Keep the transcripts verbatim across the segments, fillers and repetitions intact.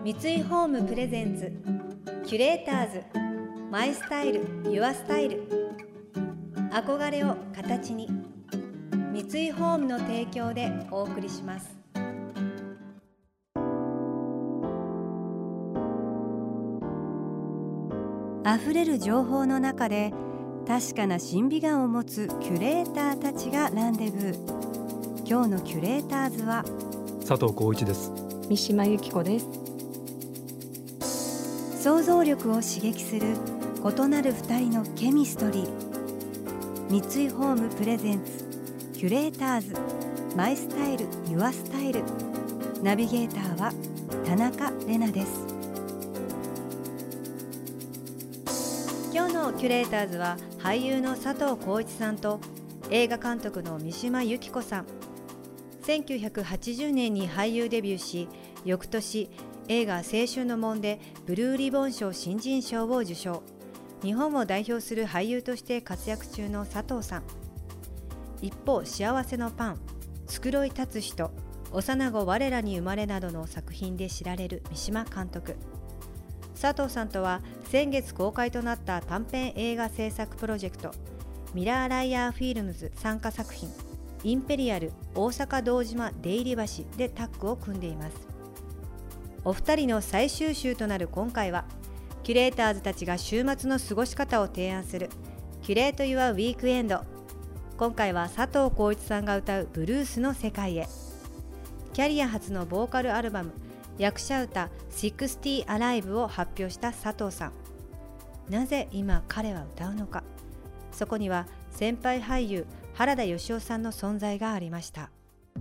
三井ホームプレゼンツキュレーターズマイスタイルユアスタイル、憧れを形に、三井ホームの提供でお送りします。あふれる情報の中で確かな審美眼を持つキュレーターたちがランデブー。今日のキュレーターズは佐藤浩一です。 三島由紀子です。 想像力を刺激する異なる二人のケミストリー。三井ホームプレゼンツキュレーターズマイスタイルユアスタイル、ナビゲーターは田中れなです。今日のキュレーターズは俳優の佐藤浩市さんと映画監督の三島由紀子さん。せんきゅうひゃくはちじゅうねんに俳優デビューし、翌年映画青春の門でブルーリボン賞新人賞を受賞。日本を代表する俳優として活躍中の佐藤さん。一方、幸せのパン、繕い立つ人、幼子我らに生まれなどの作品で知られる三島監督。佐藤さんとは先月公開となった短編映画制作プロジェクトミラーライアーフィルムズ参加作品インペリアル大阪堂島出入り橋でタッグを組んでいます。お二人の最終週となる今回は、キュレーターズたちが週末の過ごし方を提案するキュレート・ユア・ウィークエンド。今回は佐藤浩市さんが歌うブルースの世界へ。キャリア初のボーカルアルバム役者歌シックスティーアライブを発表した佐藤さん。なぜ今彼は歌うのか。そこには先輩俳優原田芳雄さんの存在がありました。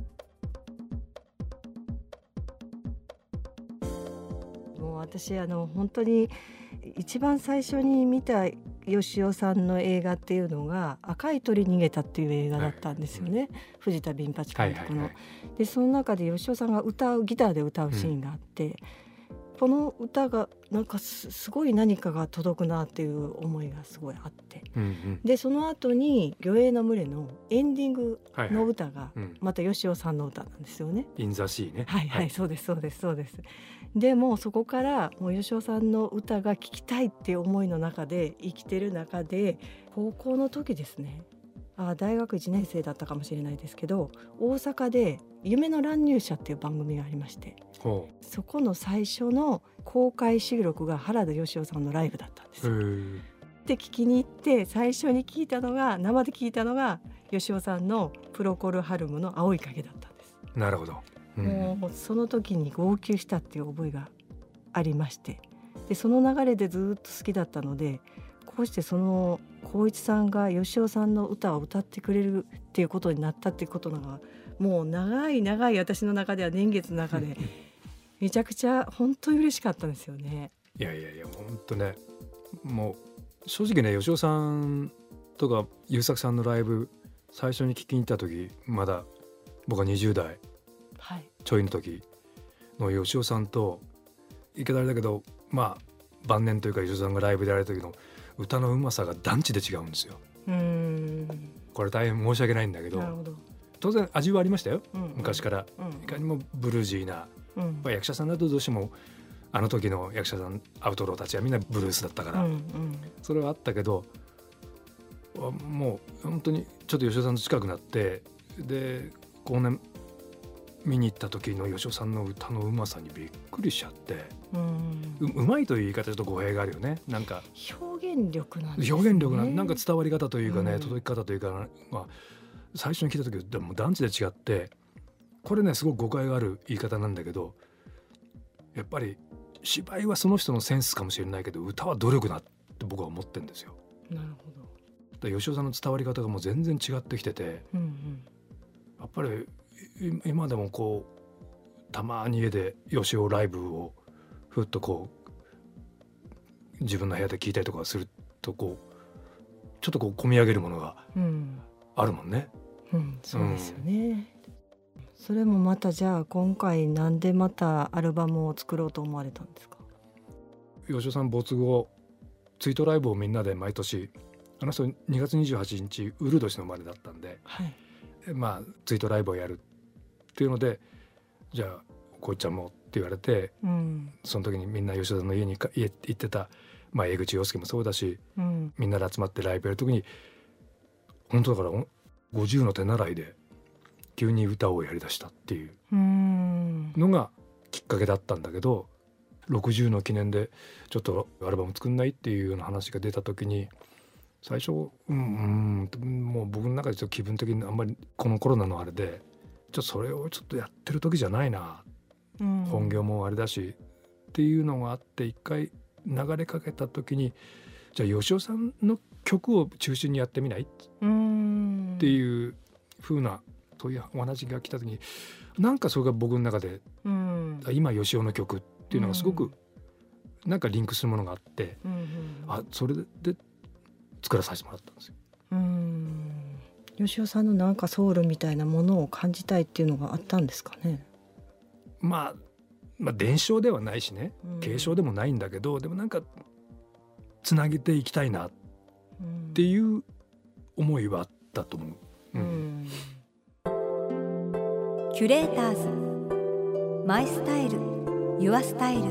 もう私あの本当に一番最初に見た芳雄さんの映画っていうのが赤い鳥逃げたっていう映画だったんですよね、はい、藤田ビンパチ監督の、はいはいはい、でその中で芳雄さんが歌うギターで歌うシーンがあって、うん、この歌がなんか す, すごい何かが届くなっていう思いがすごいあって、うんうん、でその後に魚影の群れのエンディングの歌がまた芳雄さんの歌なんですよね。 インザシーね。 はいはい、はい、そうですそうですそうです。でもそこからもう芳雄さんの歌が聴きたいっていう思いの中で生きてる中で、高校の時ですね、あ大学いちねん生だったかもしれないですけど、大阪で夢の乱入者っていう番組がありまして、そこの最初の公開収録が原田芳雄さんのライブだったんですよ。で聞きに行って、最初に聞いたのが生で聞いたのが芳雄さんのプロコルハルムの青い影だったんです。 なるほど、 うん、もうその時に号泣したっていう覚えがありまして、でその流れでずっと好きだったので、こうしてその浩市さんが芳雄さんの歌を歌ってくれるっていうことになったっていうことが、もう長い長い私の中では年月の中でめちゃくちゃ本当に嬉しかったんですよね。 いやいやいや本当ね、もう正直ね、芳雄さんとか優作さんのライブ最初に聞きに行った時、まだ僕はにじゅう代ちょいの時の芳雄さんと、いけだれだけどまあ晩年というか芳雄さんがライブでやられた時の歌のうまさが段地で違うんですよ。うーん、これ大変申し訳ないんだけど、なるほど、当然味はありましたよ、うんうん、昔から、うん、いかにもブルージーな、うん、役者さんだとどうしてもあの時の役者さんアウトローたちはみんなブルースだったから、うんうん、それはあったけど、もう本当にちょっと芳雄さんと近くなって、で後年見に行った時の芳雄さんの歌のうまさにびっくりしちゃって、うん、う, うまいという言い方ちょっと語弊があるよね。なんか表現力なんですね。 表現力な、なんか伝わり方というかね、うん、届き方というか、まあ、最初に聞いた時でも団地で違って、これねすごく誤解がある言い方なんだけど、やっぱり芝居はその人のセンスかもしれないけど、歌は努力だって僕は思ってるんですよ。 なるほど。芳雄さんの伝わり方がもう全然違ってきてて、うんうん、やっぱり今でもこうたまに家で芳雄ライブをふっとこう自分の部屋で聞いたりとかすると、こうちょっとこう込み上げるものがあるもんね、 うんうん、そうですよね、うん、それもまたじゃあ今回なんでまたアルバムを作ろうと思われたんですか。 芳雄さん没後ツイートライブをみんなで毎年、あの人にがつにじゅうはちにちウル年の生まれだったんで、はい、まあツイートライブをやるっていうので、じゃあこいちゃんもっ言われて、 うん、その時にみんな吉田さんの家に家行ってた、まあ、江口洋介もそうだし、うん、みんなで集まってライブやる時に本当だからごじゅうの手習いで急に歌をやりだしたっていうのがきっかけだったんだけど、ろくじゅうの記念でちょっとアルバム作んないっていうような話が出た時に最初、うん、うん、もう僕の中でちょっと気分的にあんまりこのコロナのあれでちょっとそれをちょっとやってる時じゃないな、うん、本業もあれだしっていうのがあって、一回流れかけた時にじゃあ吉尾さんの曲を中心にやってみない、うん、っていう風なそういうお話が来た時になんかそれが僕の中で、うん、今吉尾の曲っていうのがすごくなんかリンクするものがあって、うんうん、あそれで作らさせてもらったんですよ。 うん、吉尾さんのなんかソウルみたいなものを感じたいっていうのがあったんですかね。 まあ、まあ伝承ではないしね、継承でもないんだけど、でもなんかつなげていきたいなっていう思いはあったと思う。うんうんキュレーターズマイスタイルユアスタイル。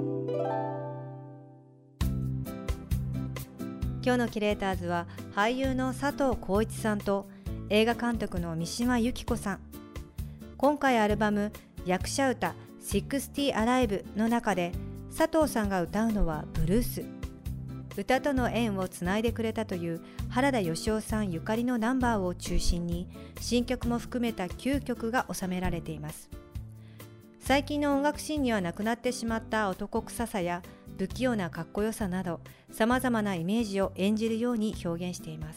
今日のキュレーターズは俳優の佐藤浩市さんと映画監督の三島由紀子さん。今回アルバム役者歌ろくじゅうアライブの中で佐藤さんが歌うのはブルース。歌との縁をつないでくれたという原田芳雄さんゆかりのナンバーを中心に新曲も含めたきゅうきょくが収められています。最近の音楽シーンにはなくなってしまった男臭さや不器用なかっこよさなどさまざまなイメージを演じるように表現しています。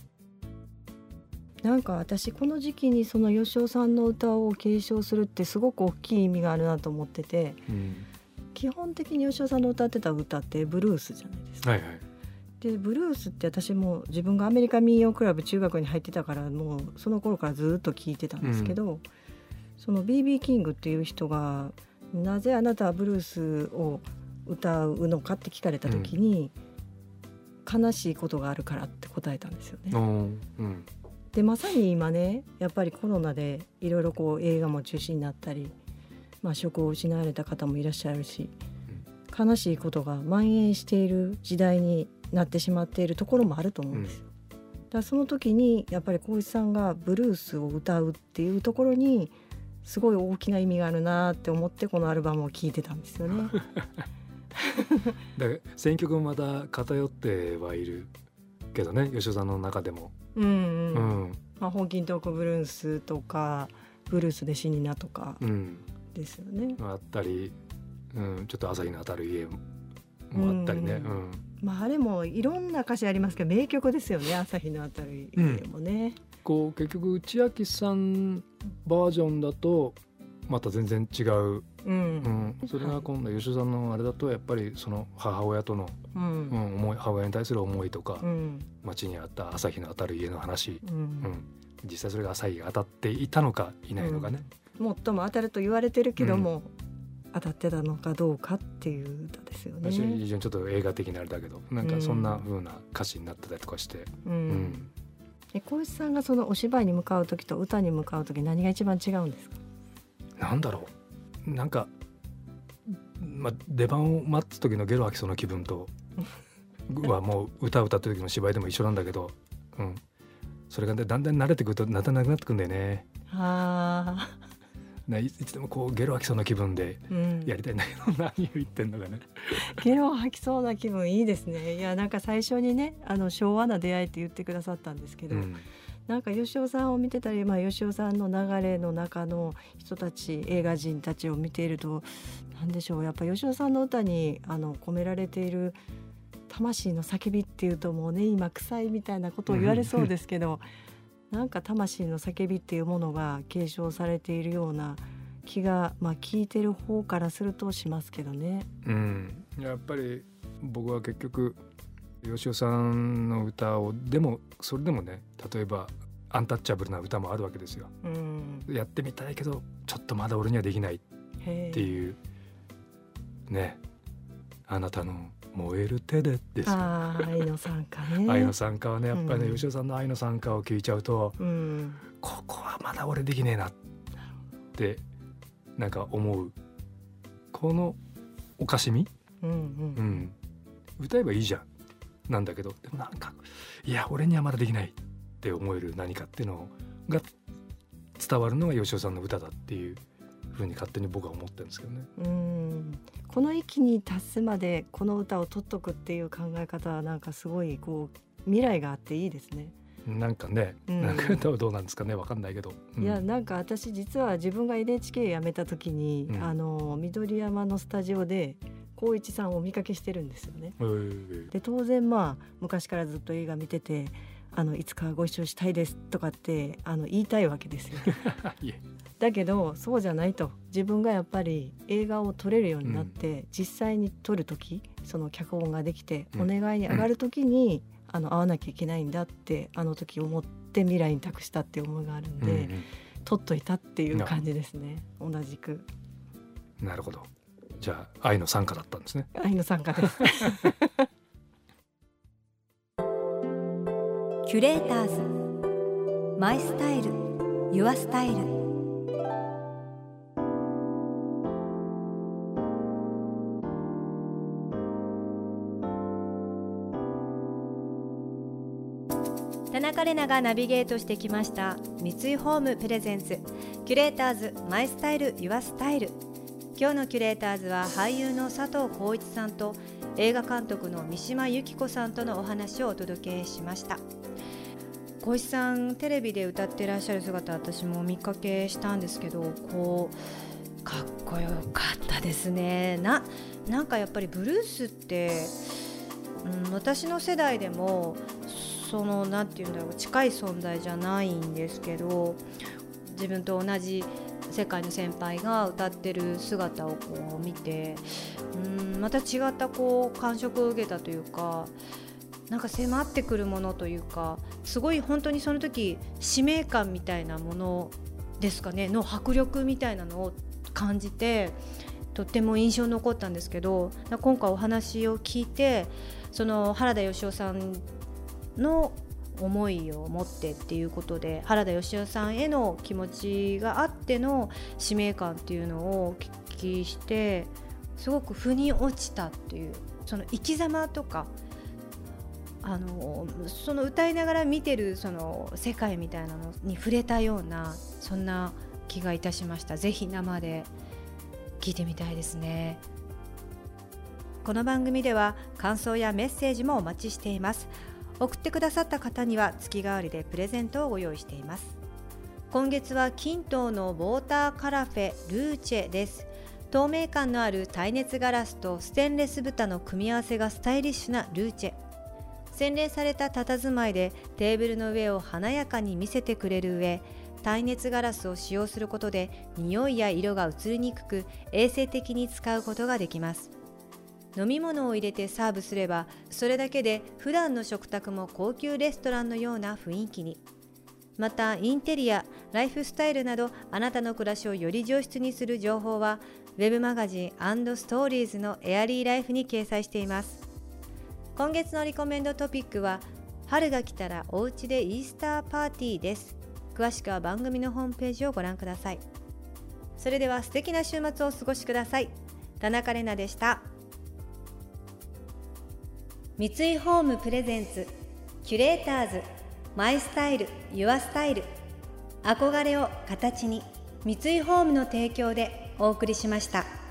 なんか私この時期にその芳雄さんの歌を継承するってすごく大きい意味があるなと思ってて、うん、基本的に芳雄さんの歌ってた歌ってブルースじゃないですか、はいはい、でブルースって私も自分がアメリカ民謡クラブ中学に入ってたからもうその頃からずっと聴いてたんですけど、うん、その ビービー キングっていう人がなぜあなたはブルースを歌うのかって聞かれた時に、うん、悲しいことがあるからって答えたんですよね、うん、でまさに今ねやっぱりコロナでいろいろこう映画も中止になったり、まあ、職を失われた方もいらっしゃるし、うん、悲しいことが蔓延している時代になってしまっているところもあると思うんですよ、うん、だからその時にやっぱり浩市さんがブルースを歌うっていうところにすごい大きな意味があるなって思ってこのアルバムを聴いてたんですよねだから選曲もまた偏ってはいるけどね、吉尾さんの中でも、うんうんうんまあ、ホーキントークブルースとかブルースで死になとかですよね、 うん、あったり、うん、ちょっと朝日の当たる家もあったりね、うんうんまあ、あれもいろんな歌詞ありますけど名曲ですよね、朝日の当たる家もね、 うん、こう結局千秋さんバージョンだとまた全然違う、うんうん、それが今度吉尾さんのあれだとやっぱりその母親との、うんうん、思い母親に対する思いとか、うん、街にあった朝日の当たる家の話、うんうん、実際それが朝日が当たっていたのかいないのかね、 うん、最も当たると言われてるけども、うん、当たってたのかどうかっていう歌ですよね。 非常にちょっと映画的なあれだけどなんかそんな風な歌詞になってたりとかして、うんうんうん、浩市さんがそのお芝居に向かう時と歌に向かう時何が一番違うんですか？ なんだろう、なんか、まあ、出番を待つ時のゲロ吐きそうな気分とはもう歌を歌ってる時の芝居でも一緒なんだけど、うん、それが、ね、だんだん慣れてくるとなたなくなってくるんだよね。あいつでもこうゲロ吐きそうな気分でやりたいんだけど、うん、何を言ってんのかねゲロ吐きそうな気分いいですね。いやなんか最初にねあの昭和な出会いって言ってくださったんですけど、うんなんか吉尾さんを見てたり、まあ、吉尾さんの流れの中の人たち映画人たちを見ているとなんでしょうやっぱ吉尾さんの歌にあの込められている魂の叫びっていうともうね今臭いみたいなことを言われそうですけどなんか魂の叫びっていうものが継承されているような気が、まあ、聞いてる方からするとしますけどね、 うん、やっぱり僕は結局吉尾さんの歌をでもそれでもね例えばアンタッチャブルな歌もあるわけですよ、うん、やってみたいけどちょっとまだ俺にはできないっていうねあなたの燃える手でですよ。 あ愛の賛歌ね愛の賛歌はねやっぱりね、うん、吉尾さんの愛の賛歌を聞いちゃうと、うん、ここはまだ俺できねえなってなんか思うこのおかしみ、 うんうんうん、 歌えばいいじゃんなんだけど、でもなんかいや俺にはまだできないって思える何かっていうのが伝わるのが吉尾さんの歌だっていうふうに勝手に僕は思ってるんですけどね。 うん、この域に達すまでこの歌を取っとくっていう考え方はなんかすごいこう未来があっていいですね。 なんかね、うん、なんか歌はどうなんですかね、わかんないけど、 うん、いやなんか私実は自分が エヌエイチケー 辞めた時に、うん、あの緑山のスタジオで光一さんをお見かけしてるんですよね。で当然まあ昔からずっと映画見てて、あのいつかご一緒したいですとかってあの言いたいわけですよだけどそうじゃないと、自分がやっぱり映画を撮れるようになって、うん、実際に撮る時、その脚本ができて、うん、お願いに上がる時に、うん、あの会わなきゃいけないんだってあの時思って未来に託したっていう思いがあるんで、うんうん、撮っといたっていう感じですね。同じく。 なるほど。じゃあ愛の賛歌だったんですね。 愛の賛歌ですキュレーターズマイスタイルユアスタイル。田中れながナビゲートしてきました三井ホームプレゼンツキュレーターズマイスタイルユアスタイル。今日のキュレーターズは俳優の佐藤浩市さんと映画監督の三島由紀子さんとのお話をお届けしました。浩市さんテレビで歌ってらっしゃる姿、私も見かけしたんですけど、こうかっこよかったですね。 な, なんかやっぱりブルースって、うん、私の世代でもそのなんていうんだろう、近い存在じゃないんですけど、自分と同じ世界の先輩が歌ってる姿をこう見て、うんまた違ったこう感触を受けたというか、なんか迫ってくるものというか、すごい本当にその時使命感みたいなものですかねの迫力みたいなのを感じて、とっても印象に残ったんですけど、今回お話を聞いて、その原田芳雄さんの思いを持ってっていうことで、原田芳雄さんへの気持ちがあっての使命感っていうのをお聞きして、すごく腑に落ちたっていう、その生き様とか、あのその歌いながら見てるその世界みたいなのに触れたような、そんな気がいたしました。ぜひ生で聞いてみたいですね。この番組では感想やメッセージもお待ちしています。送ってくださった方には月替わりでプレゼントをご用意しています。今月はキントーのウォーターカラフェルーチェです。透明感のある耐熱ガラスとステンレス蓋の組み合わせがスタイリッシュなルーチェ。洗練された佇まいでテーブルの上を華やかに見せてくれる上、耐熱ガラスを使用することで匂いや色が移りにくく、衛生的に使うことができます。飲み物を入れてサーブすれば、それだけで普段の食卓も高級レストランのような雰囲気に。またインテリア、ライフスタイルなどあなたの暮らしをより上質にする情報はウェブマガジン&ストーリーズのエアリーライフに掲載しています。今月のリコメンドトピックは春が来たらおうちでイースターパーティーです。詳しくは番組のホームページをご覧ください。それでは素敵な週末をお過ごしください。田中れなでした。三井ホームプレゼンツキュレーターズマイスタイルユアスタイル。憧れを形に、三井ホームの提供でお送りしました。